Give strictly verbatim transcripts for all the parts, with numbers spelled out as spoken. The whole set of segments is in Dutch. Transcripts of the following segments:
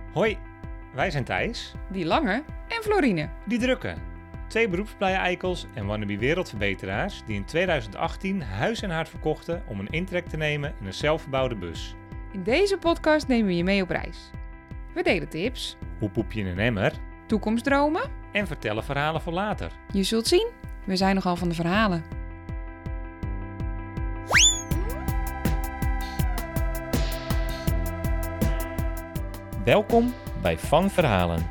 Hoi, wij zijn Thijs, Die Lange en Florine. die Drukke. Twee beroepsblije eikels en wannabe wereldverbeteraars die in tweeduizend achttien huis en hart verkochten om een intrek te nemen in een zelfgebouwde bus. In deze podcast nemen we je mee op reis. We delen tips, Hoe poep je in een emmer? toekomstdromen. En vertellen verhalen voor later. Je zult zien, we zijn nogal van de verhalen. Welkom bij Van Verhalen.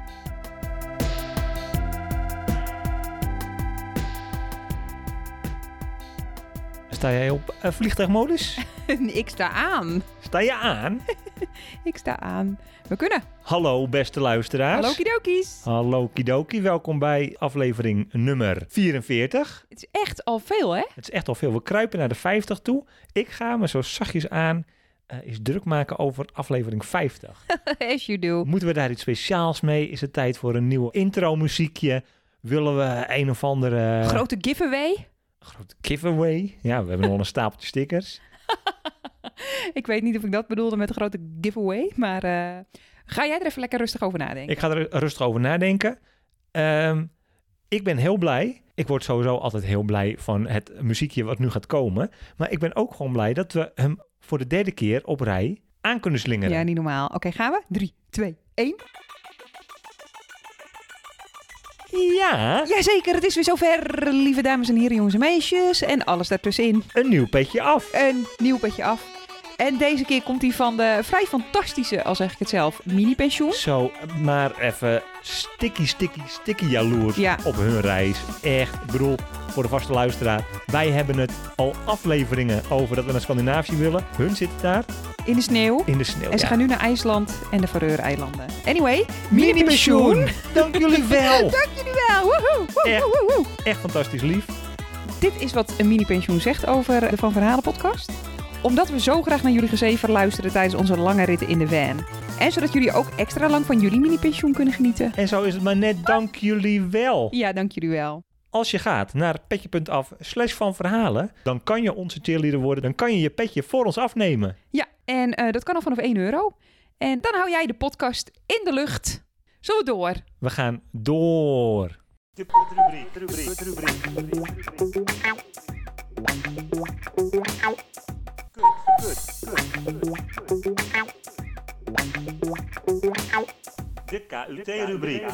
Sta jij op uh, vliegtuigmodus? Ik sta aan. Sta je aan? Ik sta aan. We kunnen. Hallo beste luisteraars. Hallo kidokies. Hallo kidoki, welkom bij aflevering nummer vierenveertig. Het is echt al veel, hè? Het is echt al veel. We kruipen naar de vijftig toe. Ik ga me zo zachtjes aan uh, eens druk maken over aflevering vijftig. As you do. Moeten we daar iets speciaals mee? Is het tijd voor een nieuw intro muziekje? Willen we een of andere... Grote giveaway. Grote giveaway? Ja, we hebben nog een stapeltje stickers. Ik weet niet of ik dat bedoelde met een grote giveaway, maar uh, ga jij er even lekker rustig over nadenken? Ik ga er rustig over nadenken. Um, ik ben heel blij. Ik word sowieso altijd heel blij van het muziekje wat nu gaat komen. Maar ik ben ook gewoon blij dat we hem voor de derde keer op rij aan kunnen slingeren. Ja, niet normaal. Oké, okay, gaan we? drie, twee, één. Ja. Jazeker, het is weer zover, lieve dames en heren, jongens en meisjes. En alles daartussenin. Een nieuw petje af. Een nieuw petje af. En deze keer komt hij van de vrij fantastische, al zeg ik het zelf, mini-pensioen. Zo, maar even sticky, sticky, sticky jaloers ja. op hun reis. Echt, ik bedoel, voor de vaste luisteraar. Wij hebben het al afleveringen over dat we naar Scandinavië willen. Hun zitten daar. In de sneeuw. In de sneeuw, En ze ja. gaan nu naar IJsland en de Faroe-eilanden. Anyway, mini-pensioen. Dank jullie wel. Dank jullie wel. Woehoe, woehoe, Echt. woehoe. Echt fantastisch lief. Dit is wat een mini-pensioen zegt over de Van Verhalen podcast. Omdat we zo graag naar jullie gezever luisteren tijdens onze lange ritten in de van. En zodat jullie ook extra lang van jullie mini-pensioen kunnen genieten. En zo is het maar net. Dank jullie wel. Ja, dank jullie wel. Als je gaat naar petje.af slash van verhalen, dan kan je onze cheerleader worden. Dan kan je je petje voor ons afnemen. Ja, en uh, dat kan al vanaf één euro. En dan hou jij de podcast in de lucht. Zo door. We gaan door. De rubriek, de rubriek, de rubriek, de rubriek. Kut, kut, kut, De K U T-rubriek.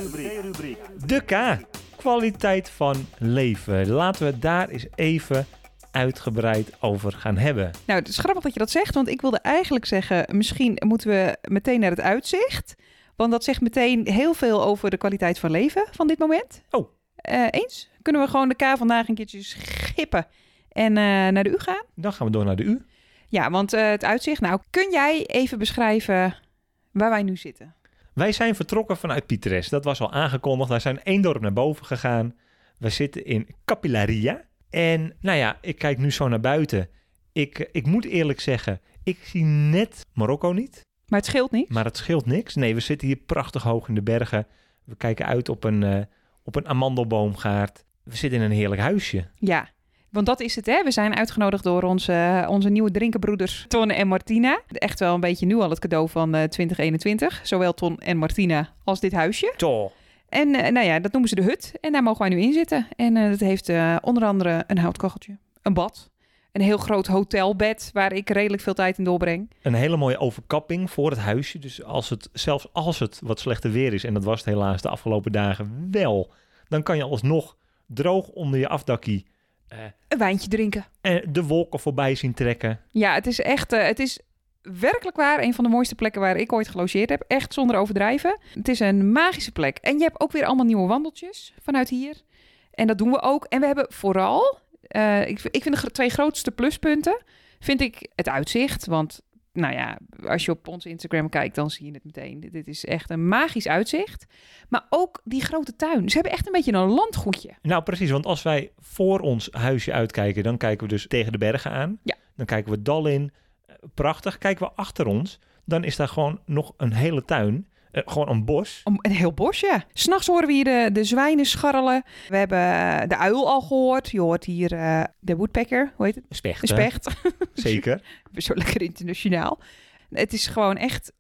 De K. Kwaliteit van leven. Laten we daar eens even uitgebreid over gaan hebben. Nou, het is grappig dat je dat zegt, want ik wilde eigenlijk zeggen, misschien moeten we meteen naar het uitzicht. Want dat zegt meteen heel veel over de kwaliteit van leven van dit moment. Oh. Uh, eens? Kunnen we gewoon de K vandaag een keertje schippen en uh, naar de U gaan? Dan gaan we door naar de U. Ja, want uh, het uitzicht. Nou, kun jij even beschrijven waar wij nu zitten? Wij zijn vertrokken vanuit Pieteres. Dat was al aangekondigd. Wij zijn één dorp naar boven gegaan. We zitten in Capillaria. En nou ja, ik kijk nu zo naar buiten. Ik, ik moet eerlijk zeggen, ik zie net Marokko niet. Maar het scheelt niet. Maar het scheelt niks. Nee, we zitten hier prachtig hoog in de bergen. We kijken uit op een, uh, op een amandelboomgaard. We zitten in een heerlijk huisje. Ja, want dat is het, hè. We zijn uitgenodigd door onze, onze nieuwe drinkenbroeders Ton en Martina. Echt wel een beetje nu al het cadeau van uh, twintig eenentwintig. Zowel Ton en Martina als dit huisje. Toch. En uh, nou ja, dat noemen ze de hut. En daar mogen wij nu in zitten. En uh, dat heeft uh, onder andere een houtkacheltje, een bad, een heel groot hotelbed waar ik redelijk veel tijd in doorbreng. Een hele mooie overkapping voor het huisje. Dus als het, zelfs als het wat slechter weer is, en dat was het helaas de afgelopen dagen wel, dan kan je alsnog droog onder je afdakkie Uh, een wijntje drinken. En de wolken voorbij zien trekken. Ja, het is echt, uh, het is werkelijk waar een van de mooiste plekken waar ik ooit gelogeerd heb. Echt zonder overdrijven. Het is een magische plek. En je hebt ook weer allemaal nieuwe wandeltjes vanuit hier. En dat doen we ook. En we hebben vooral, uh, ik, ik vind de twee grootste pluspunten, vind ik het uitzicht. Want nou ja, als je op ons Instagram kijkt, dan zie je het meteen. Dit is echt een magisch uitzicht. Maar ook die grote tuin. Ze hebben echt een beetje een landgoedje. Nou, precies. Want als wij voor ons huisje uitkijken, dan kijken we dus tegen de bergen aan. Ja. Dan kijken we het dal in. Prachtig. Kijken we achter ons, dan is daar gewoon nog een hele tuin. Uh, gewoon een bos. Een heel bos, ja. 'S Nachts horen we hier de, de zwijnen scharrelen. We hebben de uil al gehoord. Je hoort hier uh, de woodpecker. Hoe heet het? Specht. De specht. Zeker. Zo lekker internationaal. Het is gewoon echt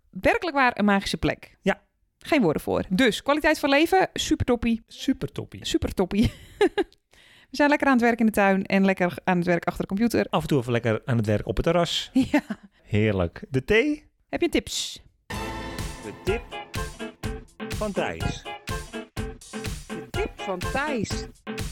werkelijk waar een magische plek. Ja. Geen woorden voor. Dus, kwaliteit van leven, super toppie. Super toppie. Super toppie. We zijn lekker aan het werk in de tuin en lekker aan het werk achter de computer. Af en toe even lekker aan het werk op het terras. Ja. Heerlijk. De thee? Heb je tips? De tip van Thijs. De tip van Thijs.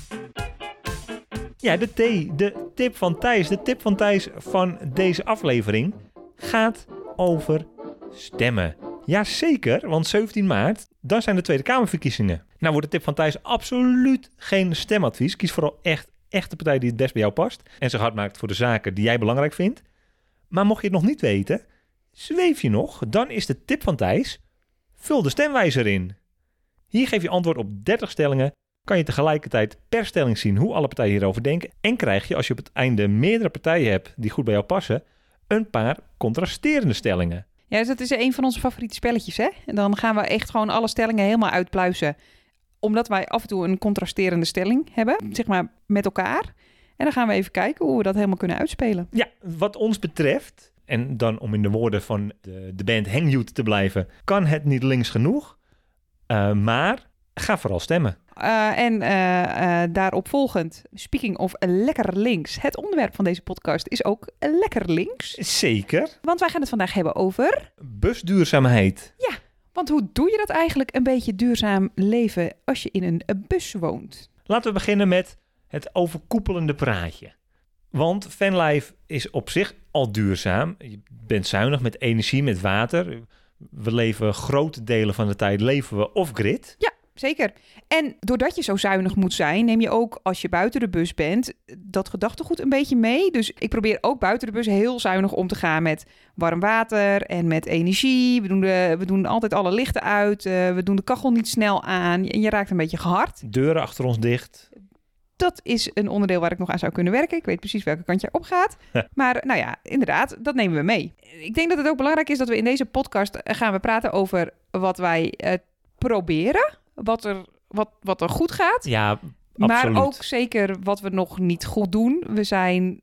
Ja, de thee. De tip van Thijs. De tip van Thijs van deze aflevering gaat over stemmen. Jazeker, want zeventien maart, dan zijn de Tweede Kamerverkiezingen. Nou wordt de tip van Thijs absoluut geen stemadvies. Kies vooral echt, echt de partij die het best bij jou past. En zich hard maakt voor de zaken die jij belangrijk vindt. Maar mocht je het nog niet weten, zweef je nog, dan is de tip van Thijs, vul de stemwijzer in. Hier geef je antwoord op dertig stellingen. Kan je tegelijkertijd per stelling zien hoe alle partijen hierover denken. En krijg je, als je op het einde meerdere partijen hebt die goed bij jou passen, een paar contrasterende stellingen. Ja, dus dat is een van onze favoriete spelletjes, hè? En dan gaan we echt gewoon alle stellingen helemaal uitpluizen. Omdat wij af en toe een contrasterende stelling hebben, zeg maar met elkaar. En dan gaan we even kijken hoe we dat helemaal kunnen uitspelen. Ja, wat ons betreft, en dan om in de woorden van de, de band Hangyout te blijven, kan het niet links genoeg. Uh, maar ga vooral stemmen. Uh, en uh, uh, daarop volgend, speaking of lekker links. Het onderwerp van deze podcast is ook lekker links. Zeker. Want wij gaan het vandaag hebben over busduurzaamheid. Ja, want hoe doe je dat eigenlijk, een beetje duurzaam leven als je in een bus woont? Laten we beginnen met het overkoepelende praatje. Want vanlife is op zich al duurzaam. Je bent zuinig met energie, met water. We leven grote delen van de tijd leven we off-grid. Ja, zeker. En doordat je zo zuinig moet zijn, neem je ook als je buiten de bus bent dat gedachtegoed een beetje mee. Dus ik probeer ook buiten de bus heel zuinig om te gaan met warm water en met energie. We doen, de, we doen altijd alle lichten uit. Uh, we doen de kachel niet snel aan. En je raakt een beetje gehard. Deuren achter ons dicht. Dat is een onderdeel waar ik nog aan zou kunnen werken. Ik weet precies welke kant je op gaat. Maar nou ja, inderdaad, dat nemen we mee. Ik denk dat het ook belangrijk is dat we in deze podcast gaan we praten over wat wij uh, proberen. Wat er, wat, wat er goed gaat. Ja, absoluut. Maar ook zeker wat we nog niet goed doen. We zijn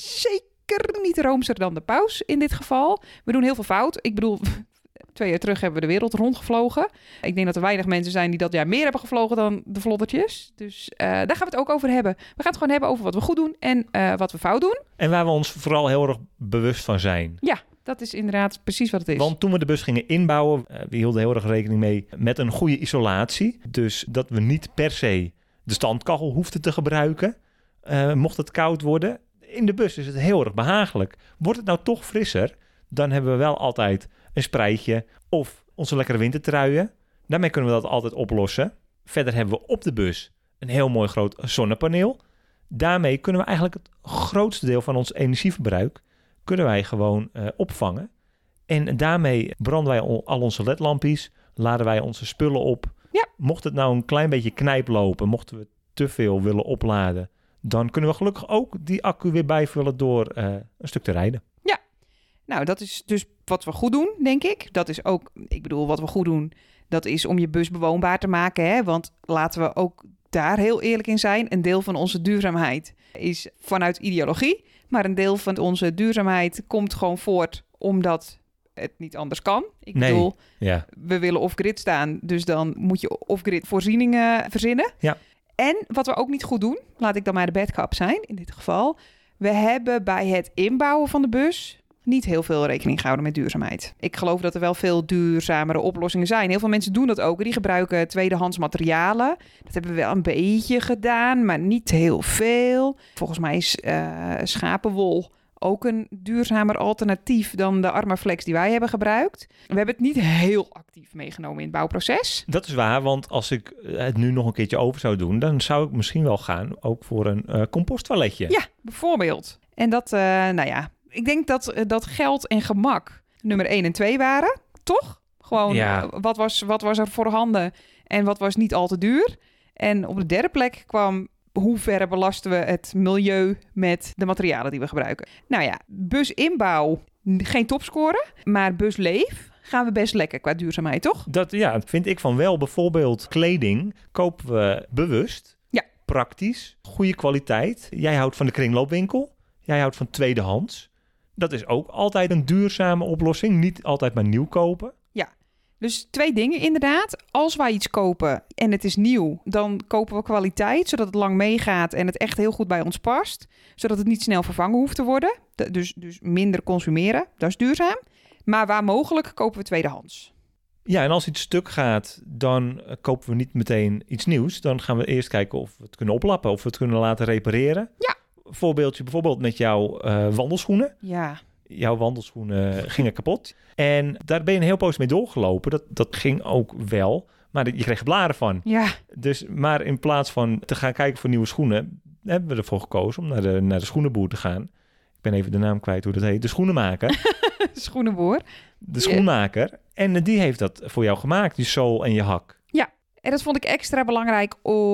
zeker niet roomser dan de paus in dit geval. We doen heel veel fout. Ik bedoel, twee jaar terug hebben we de wereld rondgevlogen. Ik denk dat er weinig mensen zijn die dat jaar meer hebben gevlogen dan de vloddertjes. Dus uh, daar gaan we het ook over hebben. We gaan het gewoon hebben over wat we goed doen en uh, wat we fout doen. En waar we ons vooral heel erg bewust van zijn. Ja, dat is inderdaad precies wat het is. Want toen we de bus gingen inbouwen, uh, we hielden heel erg rekening mee met een goede isolatie. Dus dat we niet per se de standkachel hoefden te gebruiken, uh, mocht het koud worden. In de bus is het heel erg behagelijk. Wordt het nou toch frisser, dan hebben we wel altijd een spreidje of onze lekkere wintertruien. Daarmee kunnen we dat altijd oplossen. Verder hebben we op de bus een heel mooi groot zonnepaneel. Daarmee kunnen we eigenlijk het grootste deel van ons energieverbruik kunnen wij gewoon uh, opvangen. En daarmee branden wij al onze ledlampjes, laden wij onze spullen op. Ja. Mocht het nou een klein beetje knijp lopen, mochten we te veel willen opladen, dan kunnen we gelukkig ook die accu weer bijvullen door uh, een stuk te rijden. Ja, nou dat is dus wat we goed doen, denk ik. Dat is ook, ik bedoel, wat we goed doen, dat is om je bus bewoonbaar te maken. Hè? Want laten we ook daar heel eerlijk in zijn. Een deel van onze duurzaamheid is vanuit ideologie. Maar een deel van onze duurzaamheid komt gewoon voort omdat het niet anders kan. Ik nee. bedoel, ja. we willen off-grid staan. Dus dan moet je off-grid voorzieningen verzinnen. Ja. En wat we ook niet goed doen, laat ik dan maar de bad cop zijn in dit geval. We hebben bij het inbouwen van de bus niet heel veel rekening gehouden met duurzaamheid. Ik geloof dat er wel veel duurzamere oplossingen zijn. Heel veel mensen doen dat ook. Die gebruiken tweedehands materialen. Dat hebben we wel een beetje gedaan, maar niet heel veel. Volgens mij is uh, schapenwol ook een duurzamer alternatief dan de Armaflex die wij hebben gebruikt. We hebben het niet heel actief meegenomen in het bouwproces. Dat is waar, want als ik het nu nog een keertje over zou doen, dan zou ik misschien wel gaan ook voor een uh, composttoiletje. Ja, bijvoorbeeld. En dat, uh, nou ja, ik denk dat, uh, dat geld en gemak nummer één en twee waren, toch? Gewoon, ja. uh, wat, was, wat was er voorhanden en wat was niet al te duur? En op de derde plek kwam, hoe ver belasten we het milieu met de materialen die we gebruiken? Nou ja, businbouw, geen topscore, maar busleef gaan we best lekker qua duurzaamheid, toch? Dat ja, vind ik van wel. Bijvoorbeeld kleding kopen we bewust, ja. praktisch, goede kwaliteit. Jij houdt van de kringloopwinkel, jij houdt van tweedehands. Dat is ook altijd een duurzame oplossing. Niet altijd maar nieuw kopen. Dus twee dingen inderdaad. Als wij iets kopen en het is nieuw, dan kopen we kwaliteit, zodat het lang meegaat en het echt heel goed bij ons past. Zodat het niet snel vervangen hoeft te worden. De, dus, dus minder consumeren, dat is duurzaam. Maar waar mogelijk kopen we tweedehands. Ja, en als iets stuk gaat, dan uh, kopen we niet meteen iets nieuws. Dan gaan we eerst kijken of we het kunnen oplappen, of we het kunnen laten repareren. Ja. Voorbeeldje bijvoorbeeld met jouw uh, wandelschoenen. Ja. Jouw wandelschoenen gingen kapot. En daar ben je een heel poos mee doorgelopen. Dat, dat ging ook wel. Maar je kreeg er blaren van. Ja. Dus, maar in plaats van te gaan kijken voor nieuwe schoenen, hebben we ervoor gekozen om naar de, naar de schoenenboer te gaan. Ik ben even de naam kwijt hoe dat heet. De schoenenmaker. Schoenenboer. De schoenmaker. En die heeft dat voor jou gemaakt. Die zool en je hak. En dat vond ik extra belangrijk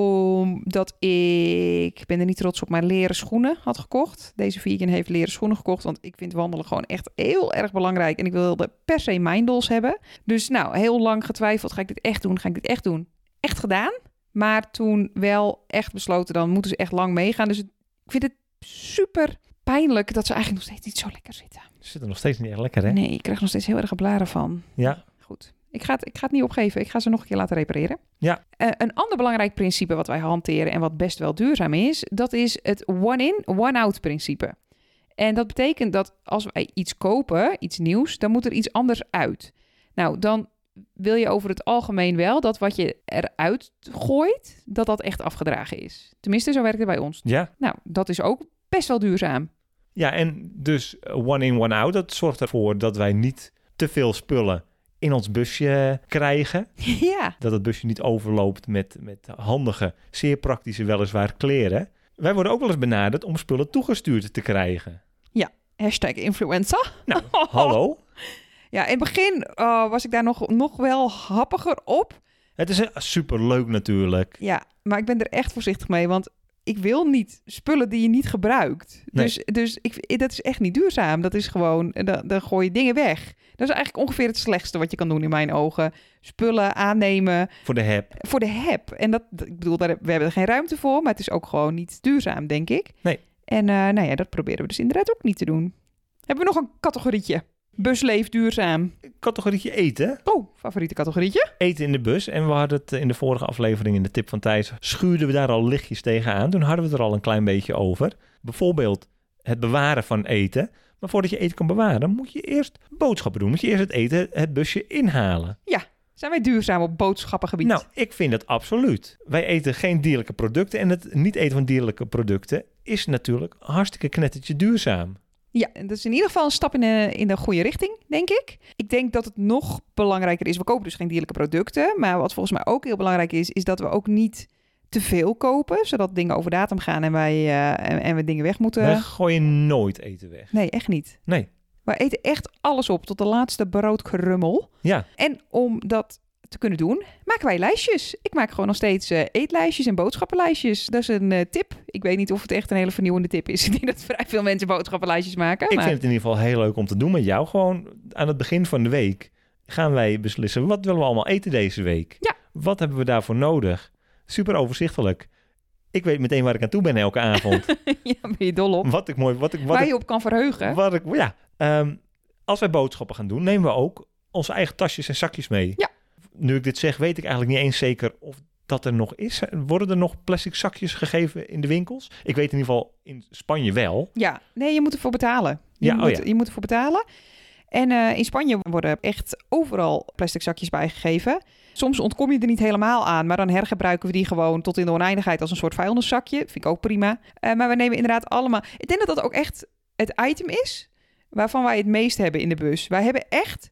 omdat ik, ik ben er niet trots op, maar leren schoenen had gekocht. Deze vegan heeft leren schoenen gekocht, want ik vind wandelen gewoon echt heel erg belangrijk. En ik wilde per se Mindels hebben. Dus nou, heel lang getwijfeld, ga ik dit echt doen? Ga ik dit echt doen? Echt gedaan. Maar toen wel echt besloten, dan moeten ze echt lang meegaan. Dus ik vind het super pijnlijk dat ze eigenlijk nog steeds niet zo lekker zitten. Ze zitten nog steeds niet echt lekker, hè? Nee, ik krijg nog steeds heel erg blaren van. Ja. Goed. Ik ga, het, ik ga het niet opgeven. Ik ga ze nog een keer laten repareren. Ja. Uh, een ander belangrijk principe wat wij hanteren en wat best wel duurzaam is, dat is het one-in, one-out principe. En dat betekent dat als wij iets kopen, iets nieuws, dan moet er iets anders uit. Nou, dan wil je over het algemeen wel dat wat je eruit gooit, dat dat echt afgedragen is. Tenminste, zo werkt het bij ons. Ja. Nou, dat is ook best wel duurzaam. Ja, en dus one-in, one-out, dat zorgt ervoor dat wij niet te veel spullen in ons busje krijgen. Ja. Dat het busje niet overloopt met, met handige, zeer praktische weliswaar kleren. Wij worden ook wel eens benaderd om spullen toegestuurd te krijgen. Ja, hashtag influencer. Nou, hallo. Ja, in het begin uh, was ik daar nog, nog wel happiger op. Het is superleuk natuurlijk. Ja, maar ik ben er echt voorzichtig mee, want ik wil niet spullen die je niet gebruikt. Nee. Dus, dus ik, dat is echt niet duurzaam. Dat is gewoon, dan, dan gooi je dingen weg. Dat is eigenlijk ongeveer het slechtste wat je kan doen in mijn ogen. Spullen aannemen. Voor de heb. Voor de heb. En dat, ik bedoel, daar, we hebben er geen ruimte voor, maar het is ook gewoon niet duurzaam, denk ik. Nee. En uh, nou ja, dat proberen we dus inderdaad ook niet te doen. Hebben we nog een categorietje? Busleef duurzaam. Categorietje eten. Oh, favoriete categorietje? Eten in de bus. En we hadden het in de vorige aflevering in de tip van Thijs, schuurden we daar al lichtjes tegenaan. Toen hadden we het er al een klein beetje over. Bijvoorbeeld het bewaren van eten. Maar voordat je eten kan bewaren, moet je eerst boodschappen doen. Moet je eerst het eten, het busje inhalen. Ja, zijn wij duurzaam op boodschappengebied? Nou, ik vind dat absoluut. Wij eten geen dierlijke producten. En het niet eten van dierlijke producten is natuurlijk hartstikke knettertje duurzaam. Ja, dat is in ieder geval een stap in de, in de goede richting, denk ik. Ik denk dat het nog belangrijker is. We kopen dus geen dierlijke producten. Maar wat volgens mij ook heel belangrijk is, is dat we ook niet te veel kopen, zodat dingen over datum gaan en wij uh, en, en we dingen weg moeten. Wij gooien nooit eten weg. Nee, echt niet. Nee. Wij eten echt alles op, tot de laatste broodkrummel. Ja. En om dat te kunnen doen, maken wij lijstjes. Ik maak gewoon nog steeds uh, eetlijstjes en boodschappenlijstjes. Dat is een uh, tip. Ik weet niet of het echt een hele vernieuwende tip is. Ik denk dat vrij veel mensen boodschappenlijstjes maken. Ik maar... vind het in ieder geval heel leuk om te doen met jou. Gewoon aan het begin van de week gaan wij beslissen, wat willen we allemaal eten deze week? Ja. Wat hebben we daarvoor nodig? Super overzichtelijk. Ik weet meteen waar ik aan toe ben elke avond. Ja, ben je dol op. Wat ik mooi, wat ik, wat waar ik, je op kan verheugen. Wat ik, ja. Um, als wij boodschappen gaan doen, nemen we ook onze eigen tasjes en zakjes mee. Ja. Nu ik dit zeg, weet ik eigenlijk niet eens zeker of dat er nog is. Worden er nog plastic zakjes gegeven in de winkels? Ik weet in ieder geval in Spanje wel. Ja, nee, je moet ervoor betalen. Je, Ja, moet, oh ja. je moet ervoor betalen. En uh, in Spanje worden echt overal plastic zakjes bijgegeven. Soms ontkom je er niet helemaal aan, maar dan hergebruiken we die gewoon tot in de oneindigheid als een soort vuilniszakje. Vind ik ook prima. Uh, maar we nemen inderdaad allemaal... Ik denk dat dat ook echt het item is waarvan wij het meest hebben in de bus. Wij hebben echt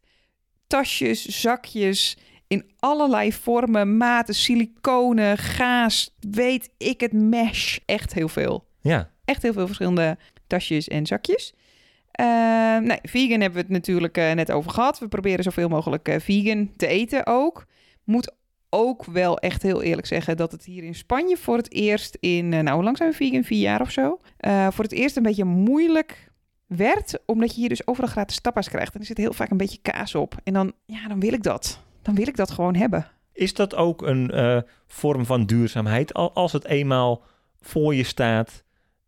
tasjes, zakjes in allerlei vormen, maten, siliconen, gaas, weet ik het, mesh. Echt heel veel. Ja. Echt heel veel verschillende tasjes en zakjes. Uh, nee, vegan hebben we het natuurlijk uh, net over gehad. We proberen zoveel mogelijk uh, vegan te eten ook. Moet ook wel echt heel eerlijk zeggen dat het hier in Spanje voor het eerst in... Uh, nou, hoe lang zijn we vegan? Vier jaar of zo? Uh, voor het eerst een beetje moeilijk werd, omdat je hier dus overal gratis tapas krijgt. En er zit heel vaak een beetje kaas op. En dan, ja, dan wil ik dat. Dan wil ik dat gewoon hebben. Is dat ook een uh, vorm van duurzaamheid? Als het eenmaal voor je staat,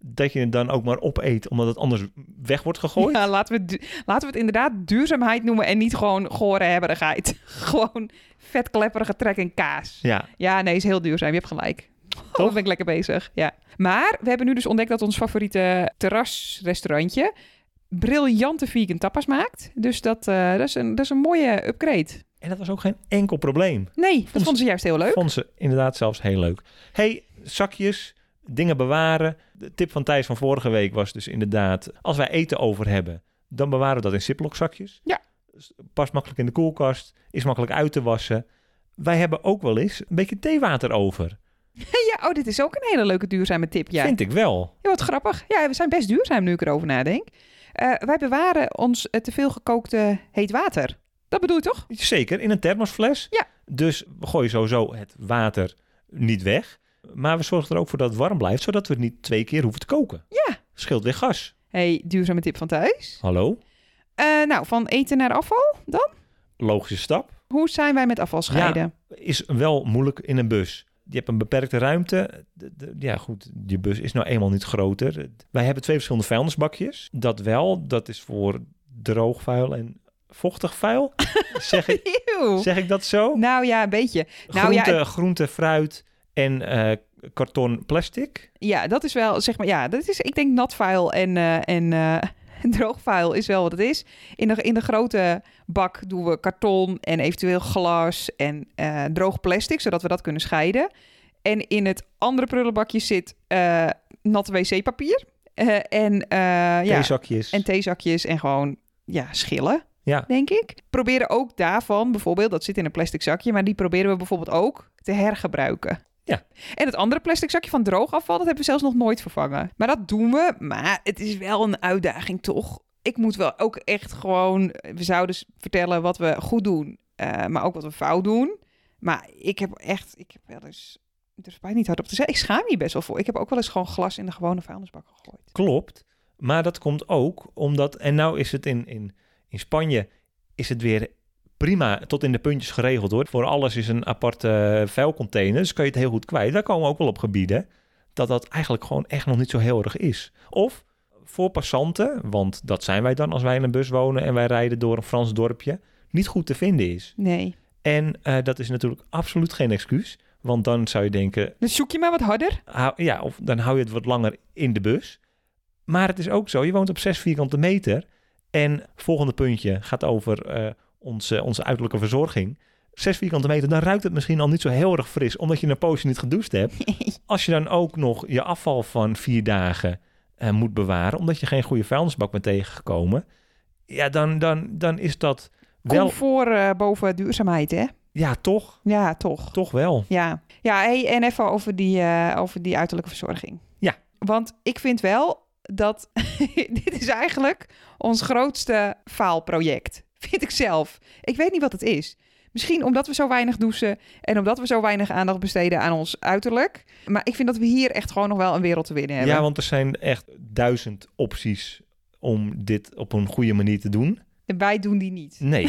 dat je het dan ook maar opeet, omdat het anders weg wordt gegooid. Ja, laten we, het du- laten we het inderdaad duurzaamheid noemen en niet gewoon gore hebberigheid. Gewoon vetklepperige trek en kaas. Ja, Ja, nee, is heel duurzaam. Je hebt gelijk. Oh, Toch? ben ik lekker bezig. Ja. Maar we hebben nu dus ontdekt dat ons favoriete terrasrestaurantje briljante vegan tapas maakt. Dus dat, eh, dat, is, een, dat is een mooie upgrade. en dat was ook geen enkel probleem. Nee, dat Vond- vonden ze juist heel leuk. Vond ze inderdaad zelfs heel leuk. Hey, zakjes, dingen bewaren. De tip van Thijs van vorige week was dus inderdaad, als wij eten over hebben, dan bewaren we dat in Ziploc zakjes. Ja. Past makkelijk in de koelkast, is makkelijk uit te wassen. Wij hebben ook wel eens een beetje theewater over. Ja, oh, dit is ook een hele leuke duurzame tip. Ja, Vind ik wel. ja wat grappig. Ja, we zijn best duurzaam nu ik erover nadenk. Eh, wij bewaren ons eh, te veel gekookte heet water. Dat bedoel je toch? Zeker, in een thermosfles. Ja. Dus we gooien sowieso het water niet weg. Maar we zorgen er ook voor dat het warm blijft, zodat we het niet twee keer hoeven te koken. Ja. Scheelt weer gas. Hey, duurzame tip van thuis. Hallo? Eh, nou, van eten naar afval dan? Logische stap. Hoe zijn wij met afval scheiden? Is wel moeilijk in een bus. Je hebt een beperkte ruimte. De- de- ja goed, je bus is nou eenmaal niet groter. Wij hebben twee verschillende vuilnisbakjes. Dat wel, dat is voor droog vuil en vochtig vuil. Zeg ik, Eeuw. zeg ik dat zo? Nou ja, een beetje. Nou groente, ja, groente, fruit en eh, karton plastic. ja, dat is wel, zeg maar, ja, dat is, ik denk nat vuil en, eh, en eh, droog vuil is wel wat het is. In de, in de grote bak doen we karton en eventueel glas en eh, droog plastic, zodat we dat kunnen scheiden. En in het andere prullenbakje zit eh nat wc-papier eh, en, eh, ja, Theezakjes. en theezakjes en gewoon, ja, schillen. Ja. Denk ik. Proberen ook daarvan, bijvoorbeeld, dat zit in een plastic zakje, maar die proberen we bijvoorbeeld ook te hergebruiken. Ja. En het andere plastic zakje van droogafval, dat hebben we zelfs nog nooit vervangen. Maar dat doen we, maar het is wel een uitdaging toch. Ik moet wel ook echt gewoon, we zouden s- vertellen wat we goed doen, eh, maar ook wat we fout doen. Maar ik heb echt, ik heb wel eens, er spijt niet hard op te zeggen, ik schaam me hier best wel voor. Ik heb ook wel eens gewoon glas in de gewone vuilnisbak gegooid. Klopt. Maar dat komt ook omdat... En nou is het in, in, in Spanje is het weer prima tot in de puntjes geregeld hoor. Voor alles is een aparte vuilcontainer. Dus kan je het heel goed kwijt. Daar komen we ook wel op gebieden dat dat eigenlijk gewoon echt nog niet zo heel erg is. Of voor passanten, want dat zijn wij dan als wij in een bus wonen en wij rijden door een Frans dorpje, niet goed te vinden is. Nee. En eh, dat is natuurlijk absoluut geen excuus. Want dan zou je denken, Dus zoek je maar wat harder. hou- ja, of dan hou je het wat langer in de bus. Maar het is ook zo, je woont op zes vierkante meter. En volgende puntje gaat over eh, onze, onze uiterlijke verzorging. Zes vierkante meter, dan ruikt het misschien al niet zo heel erg fris, omdat je een poosje niet gedoucht hebt. Als je dan ook nog je afval van vier dagen eh, moet bewaren, omdat je geen goede vuilnisbak bent tegengekomen. Ja, dan, dan, dan is dat wel... Comfort eh, boven duurzaamheid, hè? Ja, toch? Ja, toch. Toch wel. Ja, ja hey, en even over die, eh, over die uiterlijke verzorging. Ja. Want ik vind wel dat dit is eigenlijk ons grootste faalproject. Vind ik zelf. Ik weet niet wat het is. Misschien omdat we zo weinig douchen en omdat we zo weinig aandacht besteden aan ons uiterlijk. Maar ik vind dat we hier echt gewoon nog wel een wereld te winnen hebben. Ja, want er zijn echt duizend opties om dit op een goede manier te doen. En wij doen die niet. Nee.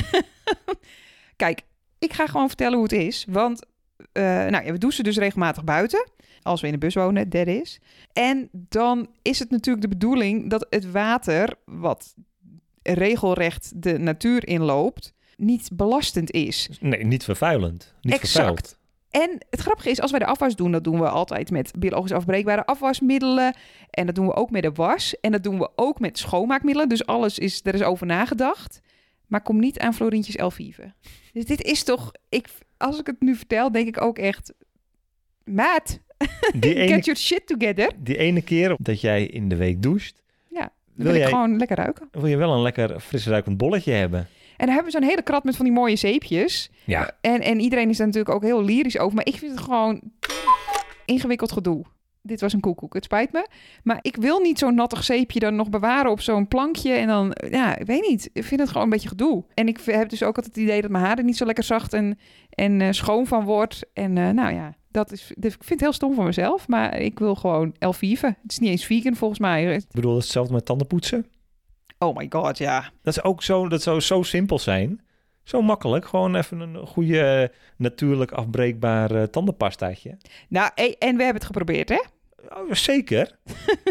Kijk, ik ga gewoon vertellen hoe het is. Want eh, nou ja, we douchen dus regelmatig buiten. Als we in de bus wonen, dat is. En dan is het natuurlijk de bedoeling dat het water, wat regelrecht de natuur inloopt, niet belastend is. Nee, niet vervuilend. Niet Exact. vervuild. En het grappige is, als wij de afwas doen, dat doen we altijd met biologisch afbreekbare afwasmiddelen. En dat doen we ook met de was. En dat doen we ook met schoonmaakmiddelen. Dus alles is, er is over nagedacht. Maar kom niet aan Florientjes Elvive. Dus dit is toch, ik, als ik het nu vertel, denk ik ook echt, maat, Die ene, get your shit together. die ene keer dat jij in de week doucht, Ja, dan Wil wil ik jij- gewoon lekker ruiken. wil je wel een lekker fris ruikend bolletje hebben. En dan hebben we zo'n hele krat met van die mooie zeepjes. Ja. En, en iedereen is daar natuurlijk ook heel lyrisch over. Maar ik vind het gewoon ingewikkeld gedoe. Dit was een koekoek, het spijt me. Maar ik wil niet zo'n nattig zeepje dan nog bewaren op zo'n plankje. En dan, ja, ik weet niet. Ik vind het gewoon een beetje gedoe. En ik heb dus ook altijd het idee dat mijn haar er niet zo lekker zacht en, en eh, schoon van wordt. En eh, nou ja, dat is, dus ik vind het heel stom van mezelf. Maar ik wil gewoon Elvive. Het is niet eens vegan volgens mij. Ik bedoel, het is hetzelfde met tandenpoetsen. Oh my god, ja. Dat is ook zo, dat zou zo simpel zijn. Zo makkelijk. Gewoon even een goede, eh, natuurlijk afbreekbaar eh, tandenpastaatje. Nou, e- en we hebben het geprobeerd, hè? Oh, zeker.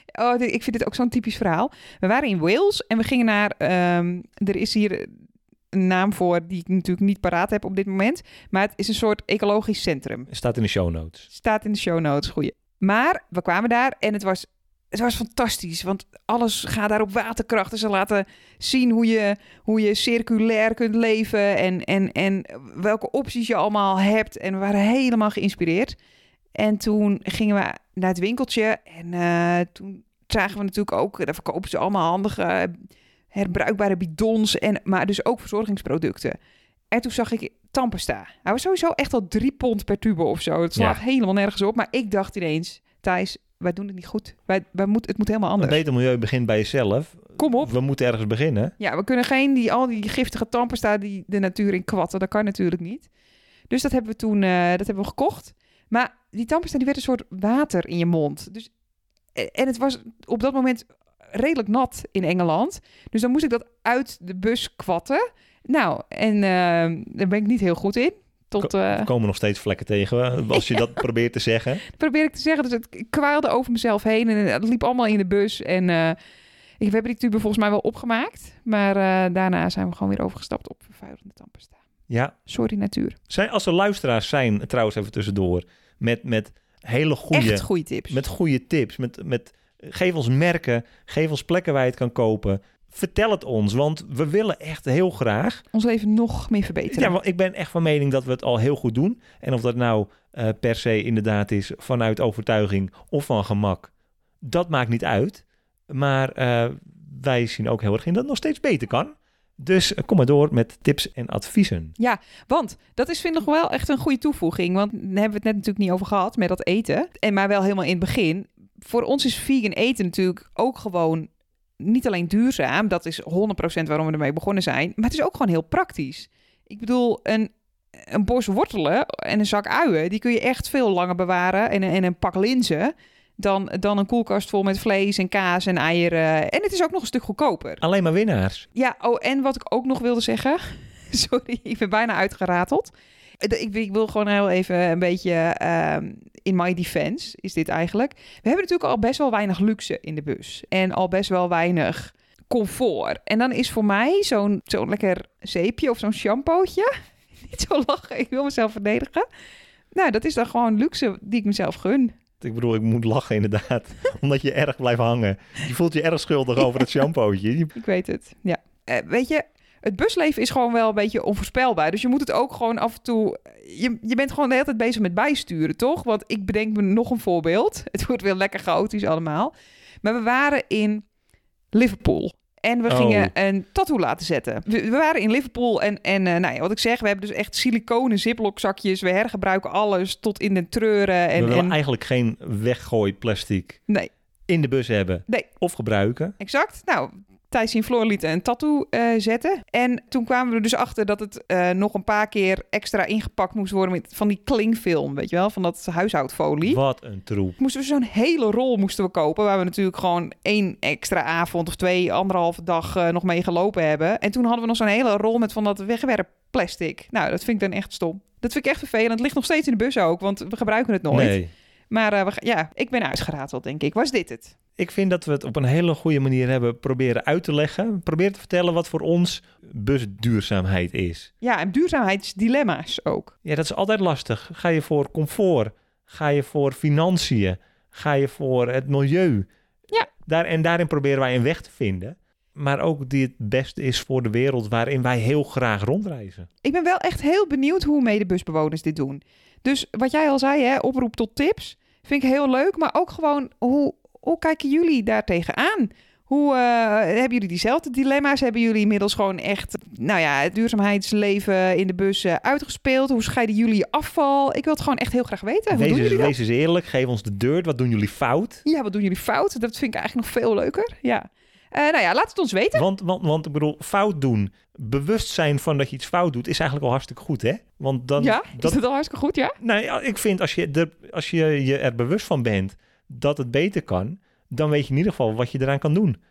Oh, dit- ik vind dit ook zo'n typisch verhaal. We waren in Wales en we gingen naar... ehm, er is hier een naam voor die ik natuurlijk niet paraat heb op dit moment. Maar het is een soort ecologisch centrum. Staat in de show notes. Staat in de show notes, goeie. Maar we kwamen daar en het was, het was fantastisch. Want alles gaat daar op waterkracht. Dus ze laten zien hoe je, hoe je circulair kunt leven. En, en, en welke opties je allemaal hebt. En we waren helemaal geïnspireerd. En toen gingen we naar het winkeltje. En uh, toen zagen we natuurlijk ook... Daar verkopen ze allemaal handige herbruikbare bidons. En, maar dus ook verzorgingsproducten. En toen zag ik tandpasta. Hij was sowieso echt al drie pond per tube of zo. Het slaat Ja. helemaal nergens op. Maar ik dacht ineens, Thijs, wij doen het niet goed. Wij, wij moet, het moet helemaal Een anders. beter milieu begint bij jezelf. Kom op. We moeten ergens beginnen. Ja, we kunnen geen, die, al die giftige tandpasta die de natuur in kwatten. Dat kan natuurlijk niet. Dus dat hebben we toen uh, dat hebben we gekocht. Maar die tandpasta die werd een soort water in je mond. Dus, en het was op dat moment redelijk nat in Engeland. Dus dan moest ik dat uit de bus kwatten. Nou, en uh, daar ben ik niet heel goed in. Tot, uh, Er komen nog steeds vlekken tegen als je Ja. dat probeert te zeggen. probeer ik te zeggen. Dus het ik kwaalde over mezelf heen en het liep allemaal in de bus. En uh, ik, we hebben die tube volgens mij wel opgemaakt. Maar uh, daarna zijn we gewoon weer overgestapt op vervuilende tandpasta. Ja, Sorry natuur. zijn, als er luisteraars zijn, trouwens even tussendoor, met, met hele goede, Echt goede tips. met goede tips, met, met, geef ons merken, geef ons plekken waar je het kan kopen. Vertel het ons, want we willen echt heel graag. Ons leven nog meer verbeteren. Ja, want ik ben echt van mening dat we het al heel goed doen. En of dat nou uh, per se inderdaad is vanuit overtuiging of van gemak, dat maakt niet uit. Maar uh, wij zien ook heel erg in dat het nog steeds beter kan. Dus uh, kom maar door met tips en adviezen. Ja, want dat is vind ik nog wel echt een goede toevoeging. Want daar hebben we het net natuurlijk niet over gehad met dat eten. En maar wel helemaal in het begin. Voor ons is vegan eten natuurlijk ook gewoon niet alleen duurzaam. Dat is honderd procent waarom we ermee begonnen zijn. Maar het is ook gewoon heel praktisch. Ik bedoel, een, een bos wortelen en een zak uien, die kun je echt veel langer bewaren. En, en een pak linzen dan, dan een koelkast vol met vlees en kaas en eieren. En het is ook nog een stuk goedkoper. Alleen maar winnaars. Ja, oh, en wat ik ook nog wilde zeggen. Sorry, ik ben bijna uitgerateld. Ik, ik wil gewoon heel even een beetje um, in my defense is dit eigenlijk. We hebben natuurlijk al best wel weinig luxe in de bus. En al best wel weinig comfort. En dan is voor mij zo'n, zo'n lekker zeepje of zo'n shampootje. Niet zo lachen, ik wil mezelf verdedigen. Nou, dat is dan gewoon luxe die ik mezelf gun. Ik bedoel, ik moet lachen inderdaad. Omdat je erg blijft hangen. Je voelt je erg schuldig over het shampootje. Je... Ik weet het, ja. Uh, weet je, het busleven is gewoon wel een beetje onvoorspelbaar. Dus je moet het ook gewoon af en toe... Je, je bent gewoon de hele tijd bezig met bijsturen, toch? Want ik bedenk me nog een voorbeeld. Het wordt weer lekker chaotisch allemaal. Maar we waren in Liverpool. En we Oh. gingen een tattoo laten zetten. We, we waren in Liverpool en, en uh, nou ja, wat ik zeg, we hebben dus echt siliconen ziplockzakjes. We hergebruiken alles tot in de treuren. En, We willen en... eigenlijk geen weggooid plastic Nee, in de bus hebben. Nee. Of gebruiken. exact. Nou, Thijs en Floor lieten een tattoo uh, zetten. En toen kwamen we er dus achter dat het uh, nog een paar keer extra ingepakt moest worden met van die klingfilm, weet je wel, van dat huishoudfolie. Wat een troep. Moesten we zo'n hele rol moesten we kopen, waar we natuurlijk gewoon één extra avond of twee, anderhalve dag uh, nog mee gelopen hebben. En toen hadden we nog zo'n hele rol met van dat wegwerpplastic. Nou, dat vind ik dan echt stom. Dat vind ik echt vervelend. Het ligt nog steeds in de bus ook, want we gebruiken het nooit. Nee. Maar uh, we, ja, ik ben uitgerateld, denk ik. Was dit het? Ik vind dat we het op een hele goede manier hebben proberen uit te leggen. Proberen te vertellen wat voor ons busduurzaamheid is. Ja, en duurzaamheidsdilemma's ook. Ja, dat is altijd lastig. Ga je voor comfort? Ga je voor financiën? Ga je voor het milieu? Ja. Daar, en daarin proberen wij een weg te vinden. Maar ook die het beste is voor de wereld waarin wij heel graag rondreizen. Ik ben wel echt heel benieuwd hoe medebusbewoners dit doen. Dus wat jij al zei, hè, oproep tot tips, vind ik heel leuk. Maar ook gewoon, hoe, hoe kijken jullie daar tegenaan? Hoe uh, hebben jullie diezelfde dilemma's? Hebben jullie inmiddels gewoon echt, nou ja, het duurzaamheidsleven in de bus uh, uitgespeeld? Hoe scheiden jullie je afval? Ik wil het gewoon echt heel graag weten. Hoe Wees doen eens, jullie dat? wees eens eerlijk, geef ons de dirt. Wat doen jullie fout? Ja, wat doen jullie fout? Dat vind ik eigenlijk nog veel leuker. Ja. Uh, nou ja, laat het ons weten. Want, want, want ik bedoel, fout doen, bewust zijn van dat je iets fout doet, is eigenlijk al hartstikke goed, hè? Want dan, Ja, dat, is dat al hartstikke goed, ja? nou ja, ik vind als je, er, als je je er bewust van bent dat het beter kan, dan weet je in ieder geval wat je eraan kan doen.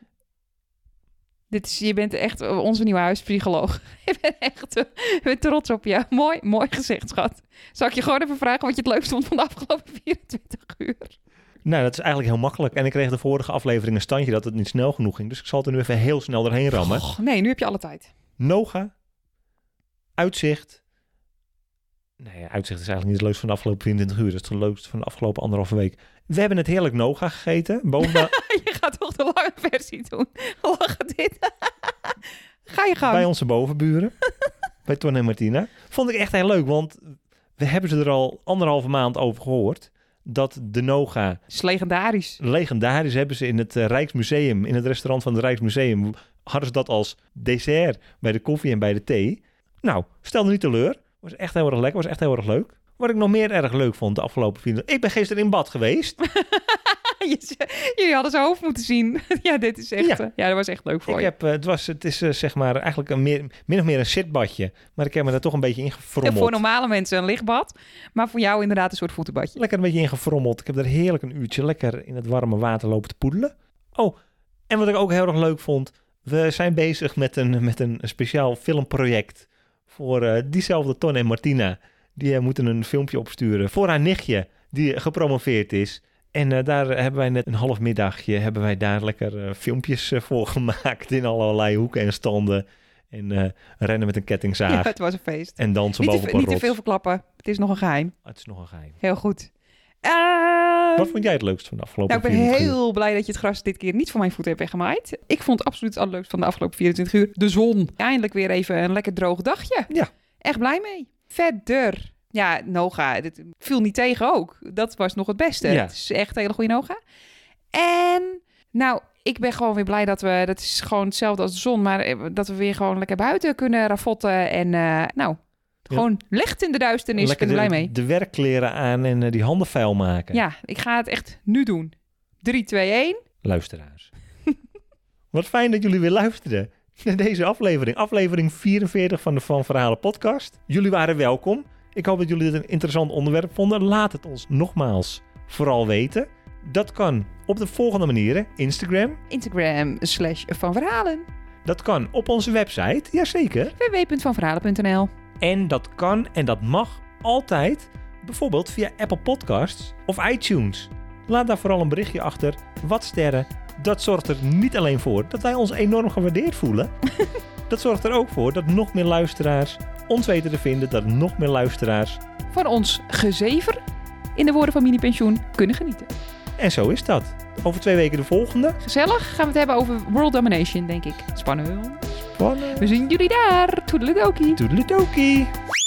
Dit is, je bent echt onze nieuwe huispsycholoog. Ik ben echt uh, ik ben trots op je. Mooi, mooi gezegd, schat. Zal ik je gewoon even vragen wat je het leukst vond van de afgelopen vierentwintig uur? Nou, dat is eigenlijk heel makkelijk. En ik kreeg de vorige aflevering een standje dat het niet snel genoeg ging. Dus ik zal het er nu even heel snel doorheen rammen. Och, nee, nu heb je alle tijd. Noga, uitzicht. Nee, uitzicht is eigenlijk niet het leukste van de afgelopen vierentwintig uur. Dat is het leukste van de afgelopen anderhalve week. We hebben het heerlijk Noga gegeten. Bovenaan... Je gaat toch de lange versie doen. Lachen dit. Ga je gang. Bij onze bovenburen. Bij Ton en Martina. Vond ik echt heel leuk, want we hebben ze er al anderhalve maand over gehoord. Dat de Noga... is legendarisch. Legendarisch hebben ze in het uh, Rijksmuseum, in het restaurant van het Rijksmuseum, hadden ze dat als dessert bij de koffie en bij de thee. Nou, stelde niet teleur. Was echt heel erg lekker, was echt heel erg leuk. Wat ik nog meer erg leuk vond de afgelopen vier... Ik ben gisteren in bad geweest. Jullie hadden zijn hoofd moeten zien. Ja, dit is echt... Ja, ja dat was echt leuk voor ik je. Heb, uh, het, was, het is uh, zeg maar eigenlijk een meer, min of meer een zitbadje. Maar ik heb me daar toch een beetje in gefrommeld. En voor normale mensen een lichtbad. Maar voor jou inderdaad een soort voetenbadje. Lekker een beetje in gefrommeld. Ik heb er heerlijk een uurtje lekker in het warme water lopen te poedelen. Oh, en wat ik ook heel erg leuk vond. We zijn bezig met een, met een speciaal filmproject voor uh, diezelfde Ton en Martina. Die uh, moeten een filmpje opsturen voor haar nichtje die gepromoveerd is. En uh, daar hebben wij net een half middagje, hebben wij daar lekker uh, filmpjes uh, voor gemaakt in allerlei hoeken en standen. En uh, rennen met een kettingzaag. Ja, het was een feest. En dansen niet boven te, op een Niet te rots. veel verklappen. Het is nog een geheim. Het is nog een geheim. Heel goed. Uh, Wat vond jij het leukst van de afgelopen nou, ik ben vierentwintig uur? heel blij dat je het gras dit keer niet voor mijn voeten hebt weggemaaid. Ik vond absoluut het allerleukst van de afgelopen vierentwintig uur de zon. Eindelijk weer even een lekker droog dagje. Ja. Echt blij mee. Verder. Ja, Noga, dit viel niet tegen ook. Dat was nog het beste. Ja. Het is echt een hele goede Noga. En nou, ik ben gewoon weer blij dat we... Dat is gewoon hetzelfde als de zon, maar dat we weer gewoon lekker buiten kunnen ravotten. En uh, nou, gewoon licht in de duisternis. Lekker Ik ben er blij de, mee. de werkkleren aan en uh, die handen vuil maken. Ja, ik ga het echt nu doen. drie, twee, één. Luisteraars. Wat fijn dat jullie weer luisterden naar deze aflevering. Aflevering vierenveertig van de Van Verhalen podcast. Jullie waren welkom. Ik hoop dat jullie dit een interessant onderwerp vonden. Laat het ons nogmaals vooral weten. Dat kan op de volgende manieren. Instagram. Instagram slash Van Verhalen. Dat kan op onze website. Jazeker. w w w punt van verhalen punt n l. En dat kan en dat mag altijd bijvoorbeeld via Apple Podcasts of iTunes. Laat daar vooral een berichtje achter. Wat sterren. Dat zorgt er niet alleen voor dat wij ons enorm gewaardeerd voelen. Dat zorgt er ook voor dat nog meer luisteraars ons weten te vinden. Dat nog meer luisteraars van ons gezever, in de woorden van Mini Pensioen, kunnen genieten. En zo is dat. Over twee weken de volgende. Gezellig. Gaan we het hebben over World Domination, denk ik. Spannend. Spannend. We zien jullie daar. Toedeledokie. Toedeledokie.